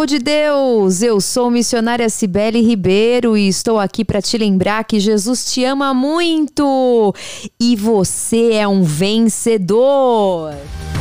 povo de Deus! Eu sou missionária Cibele Ribeiro e estou aqui para te lembrar que Jesus te ama muito e você é um vencedor!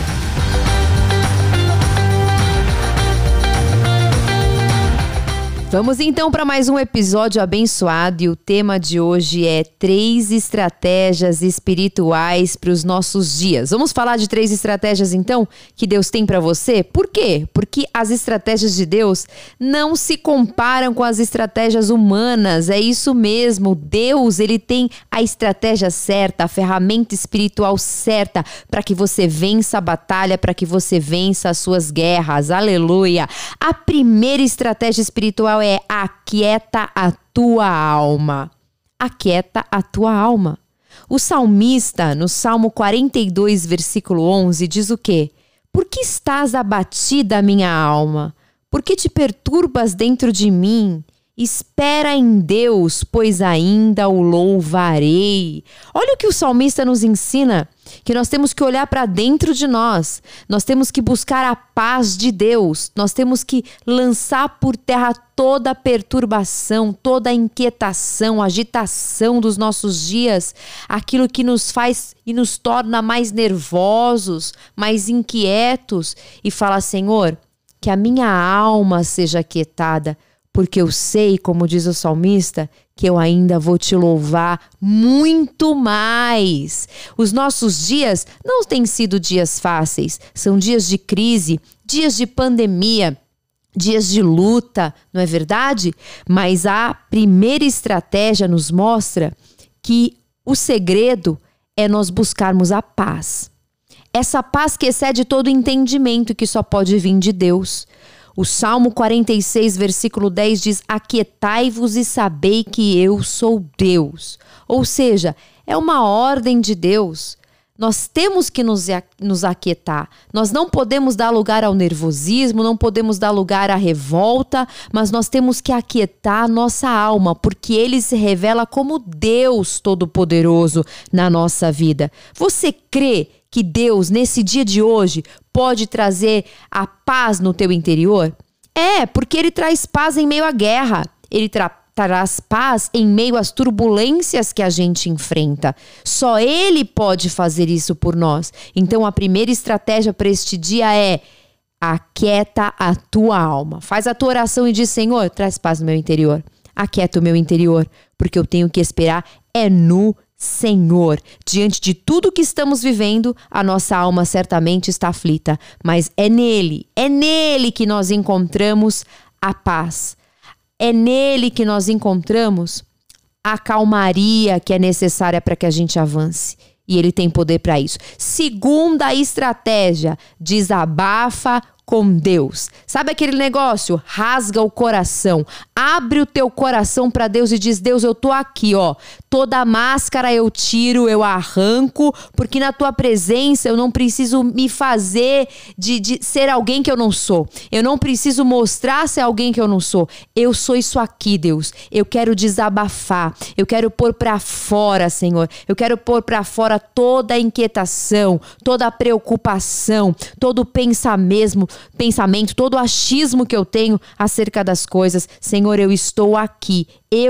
Vamos então para mais um episódio abençoado e o tema de hoje é 3 estratégias espirituais para os nossos dias. Vamos falar de 3 estratégias então que Deus tem para você? Por quê? Porque as estratégias de Deus não se comparam com as estratégias humanas. É isso mesmo, Deus ele tem a estratégia certa, a ferramenta espiritual certa para que você vença a batalha, para que você vença as suas guerras. Aleluia! A primeira estratégia espiritual é aquieta a tua alma. Aquieta a tua alma. O salmista, no Salmo 42, versículo 11, diz o quê? Por que estás abatida, minha alma? Por que te perturbas dentro de mim? Espera em Deus, pois ainda o louvarei. Olha o que o salmista nos ensina, que nós temos que olhar para dentro de nós, nós temos que buscar a paz de Deus, nós temos que lançar por terra toda a perturbação, toda a inquietação, agitação dos nossos dias, aquilo que nos faz e nos torna mais nervosos, mais inquietos e falar, Senhor, que a minha alma seja aquietada, porque eu sei, como diz o salmista, que eu ainda vou te louvar muito mais. Os nossos dias não têm sido dias fáceis, são dias de crise, dias de pandemia, dias de luta, não é verdade? Mas a primeira estratégia nos mostra que o segredo é nós buscarmos a paz. Essa paz que excede todo entendimento que só pode vir de Deus. O Salmo 46, versículo 10 diz, aquietai-vos e sabei que eu sou Deus. Ou seja, é uma ordem de Deus. Nós temos que nos aquietar. Nós não podemos dar lugar ao nervosismo, não podemos dar lugar à revolta, mas nós temos que aquietar a nossa alma, porque Ele se revela como Deus Todo-Poderoso na nossa vida. Você crê que Deus, nesse dia de hoje, pode trazer a paz no teu interior? É, porque Ele traz paz em meio à guerra. Ele traz paz em meio às turbulências que a gente enfrenta. Só Ele pode fazer isso por nós. Então, a primeira estratégia para este dia é aquieta a tua alma. Faz a tua oração e diz, Senhor, traz paz no meu interior. Aquieta o meu interior, porque eu tenho que esperar no Senhor. Diante de tudo que estamos vivendo, a nossa alma certamente está aflita, mas é nele que nós encontramos a paz. É nele que nós encontramos a calmaria que é necessária para que a gente avance. E ele tem poder para isso. Segunda estratégia, desabafa com Deus. Sabe aquele negócio? Rasga o coração. Abre o teu coração para Deus e diz, Deus, eu tô aqui, ó. Toda a máscara eu tiro, eu arranco, porque na tua presença eu não preciso me fazer de ser alguém que eu não sou. Eu não preciso mostrar ser alguém que eu não sou. Eu sou isso aqui, Deus. Eu quero desabafar. Eu quero pôr para fora, Senhor. Eu quero pôr para fora toda a inquietação, toda a preocupação, todo o pensamento, todo o achismo que eu tenho acerca das coisas. Senhor, eu estou aqui.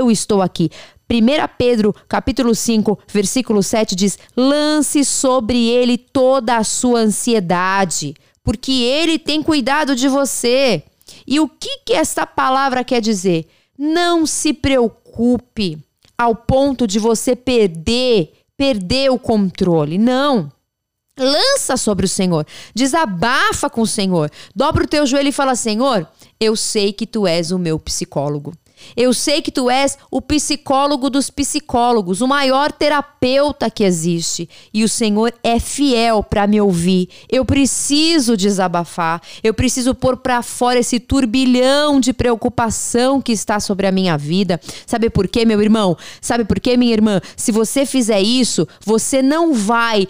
1 Pedro, capítulo 5, versículo 7 diz, lance sobre ele toda a sua ansiedade, porque ele tem cuidado de você. E o que essa palavra quer dizer? Não se preocupe ao ponto de você perder o controle. Não. Lança sobre o Senhor, desabafa com o Senhor, dobra o teu joelho e fala, Senhor, eu sei que tu és o meu psicólogo. Eu sei que tu és o psicólogo dos psicólogos, o maior terapeuta que existe. E o Senhor é fiel para me ouvir. Eu preciso desabafar. Eu preciso pôr para fora esse turbilhão de preocupação que está sobre a minha vida. Sabe por quê, meu irmão? Sabe por quê, minha irmã? Se você fizer isso, você não vai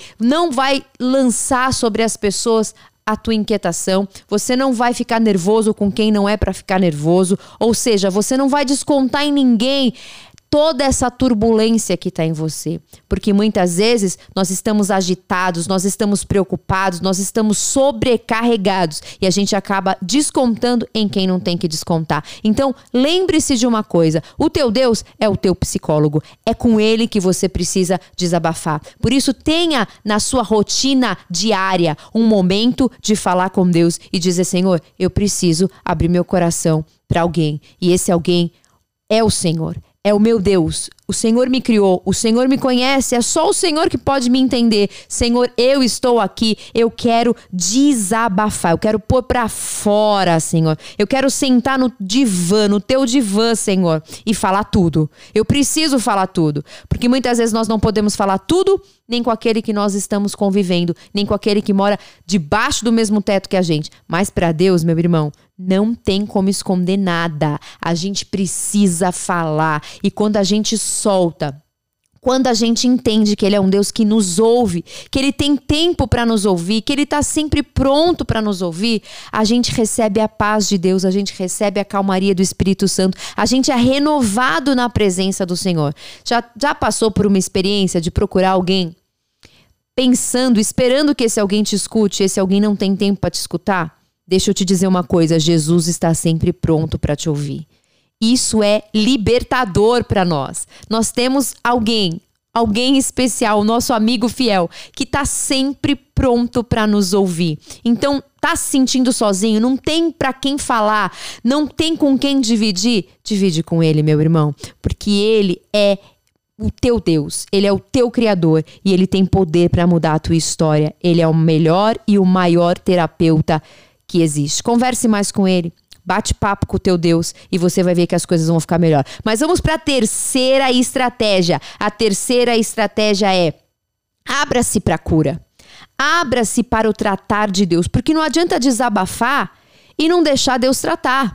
lançar sobre as pessoas a tua inquietação, você não vai ficar nervoso com quem não é para ficar nervoso, ou seja, você não vai descontar em ninguém toda essa turbulência que está em você. Porque muitas vezes nós estamos agitados, nós estamos preocupados, nós estamos sobrecarregados e a gente acaba descontando em quem não tem que descontar. Então, lembre-se de uma coisa, o teu Deus é o teu psicólogo, é com ele que você precisa desabafar. Por isso, tenha na sua rotina diária um momento de falar com Deus e dizer: Senhor, eu preciso abrir meu coração para alguém. E esse alguém é o Senhor. É o meu Deus, o Senhor me criou, o Senhor me conhece, é só o Senhor que pode me entender. Senhor, eu estou aqui, eu quero desabafar, eu quero pôr pra fora, Senhor. Eu quero sentar no divã, no teu divã, Senhor, e falar tudo. Eu preciso falar tudo, porque muitas vezes nós não podemos falar tudo, nem com aquele que nós estamos convivendo, nem com aquele que mora debaixo do mesmo teto que a gente. Mas para Deus, meu irmão, não tem como esconder nada. A gente precisa falar. E quando a gente solta, quando a gente entende que Ele é um Deus que nos ouve, que Ele tem tempo para nos ouvir, que Ele está sempre pronto para nos ouvir, a gente recebe a paz de Deus, a gente recebe a calmaria do Espírito Santo, a gente é renovado na presença do Senhor. Já passou por uma experiência de procurar alguém pensando, esperando que esse alguém te escute, esse alguém não tem tempo para te escutar? Deixa eu te dizer uma coisa, Jesus está sempre pronto para te ouvir. Isso é libertador para nós. Nós temos alguém especial, nosso amigo fiel, que está sempre pronto para nos ouvir. Então, tá se sentindo sozinho, não tem para quem falar, não tem com quem dividir? Divide com Ele, meu irmão, porque Ele é o teu Deus, Ele é o teu Criador e Ele tem poder para mudar a tua história. Ele é o melhor e o maior terapeuta que existe. Converse mais com Ele, bate papo com o teu Deus e você vai ver que as coisas vão ficar melhor. Mas vamos para a terceira estratégia. A terceira estratégia é: abra-se para a cura. Abra-se para o tratar de Deus, porque não adianta desabafar e não deixar Deus tratar.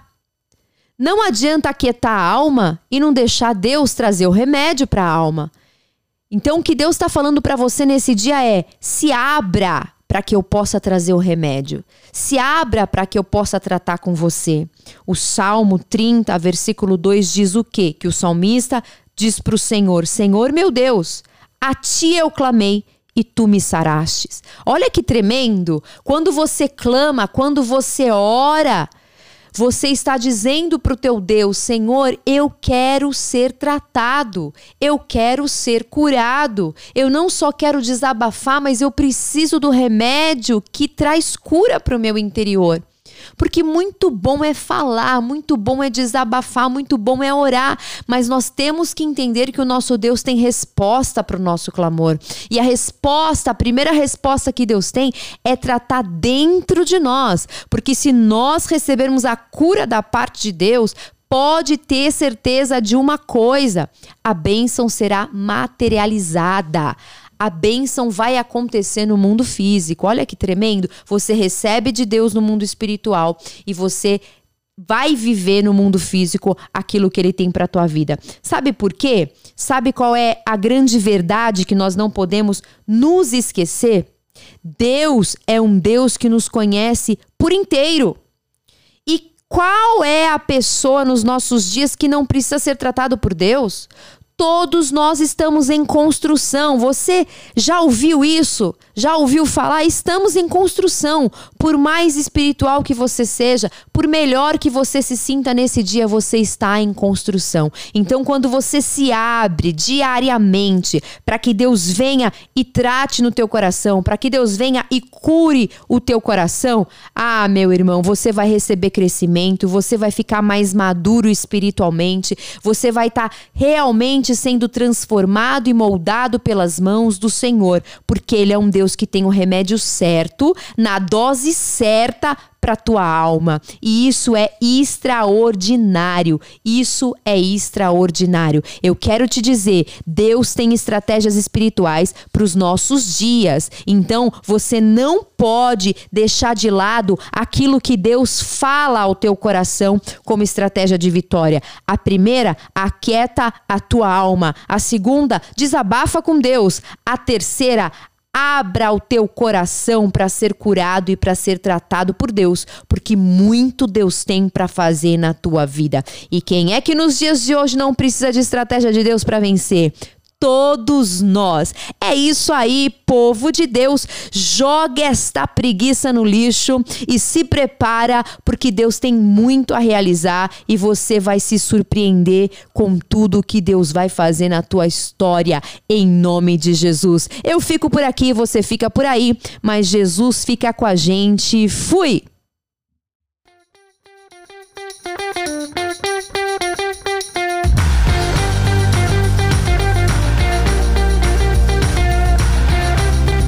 Não adianta aquietar a alma e não deixar Deus trazer o remédio para a alma. Então, o que Deus está falando para você nesse dia é: se abra para que eu possa trazer o remédio. Se abra para que eu possa tratar com você. O Salmo 30, versículo 2 diz o quê? Que o salmista diz para o Senhor: Senhor meu Deus, a ti eu clamei e tu me sarastes. Olha que tremendo! Quando você clama, quando você ora, você está dizendo para o teu Deus: Senhor, eu quero ser tratado, eu quero ser curado. Eu não só quero desabafar, mas eu preciso do remédio que traz cura para o meu interior. Porque muito bom é falar, muito bom é desabafar, muito bom é orar, mas nós temos que entender que o nosso Deus tem resposta para o nosso clamor. E a primeira resposta que Deus tem é tratar dentro de nós, porque se nós recebermos a cura da parte de Deus, pode ter certeza de uma coisa: a bênção será materializada. A bênção vai acontecer no mundo físico. Olha que tremendo. Você recebe de Deus no mundo espiritual e você vai viver no mundo físico aquilo que Ele tem para a tua vida. Sabe por quê? Sabe qual é a grande verdade que nós não podemos nos esquecer? Deus é um Deus que nos conhece por inteiro. E qual é a pessoa nos nossos dias que não precisa ser tratado por Deus? Todos nós estamos em construção. Você já ouviu isso? Já ouviu falar? Estamos em construção. Por mais espiritual que você seja, por melhor que você se sinta nesse dia, você está em construção. Então, quando você se abre diariamente para que Deus venha e trate no teu coração, para que Deus venha e cure o teu coração, meu irmão, você vai receber crescimento, você vai ficar mais maduro espiritualmente, você vai estar realmente sendo transformado e moldado pelas mãos do Senhor, porque Ele é um Deus que tem o remédio certo, na dose certa para a tua alma. E isso é extraordinário. Isso é extraordinário. Eu quero te dizer, Deus tem estratégias espirituais para os nossos dias. Então, você não pode deixar de lado aquilo que Deus fala ao teu coração como estratégia de vitória. A primeira, aquieta a tua alma. A segunda, desabafa com Deus. A terceira, Abra o teu coração para ser curado e para ser tratado por Deus, porque muito Deus tem para fazer na tua vida. E quem é que nos dias de hoje não precisa de estratégia de Deus para vencer? Todos nós. É isso aí, povo de Deus. Joga esta preguiça no lixo e se prepara, porque Deus tem muito a realizar e você vai se surpreender com tudo que Deus vai fazer na tua história, em nome de Jesus. Eu fico por aqui, você fica por aí, mas Jesus fica com a gente. Fui!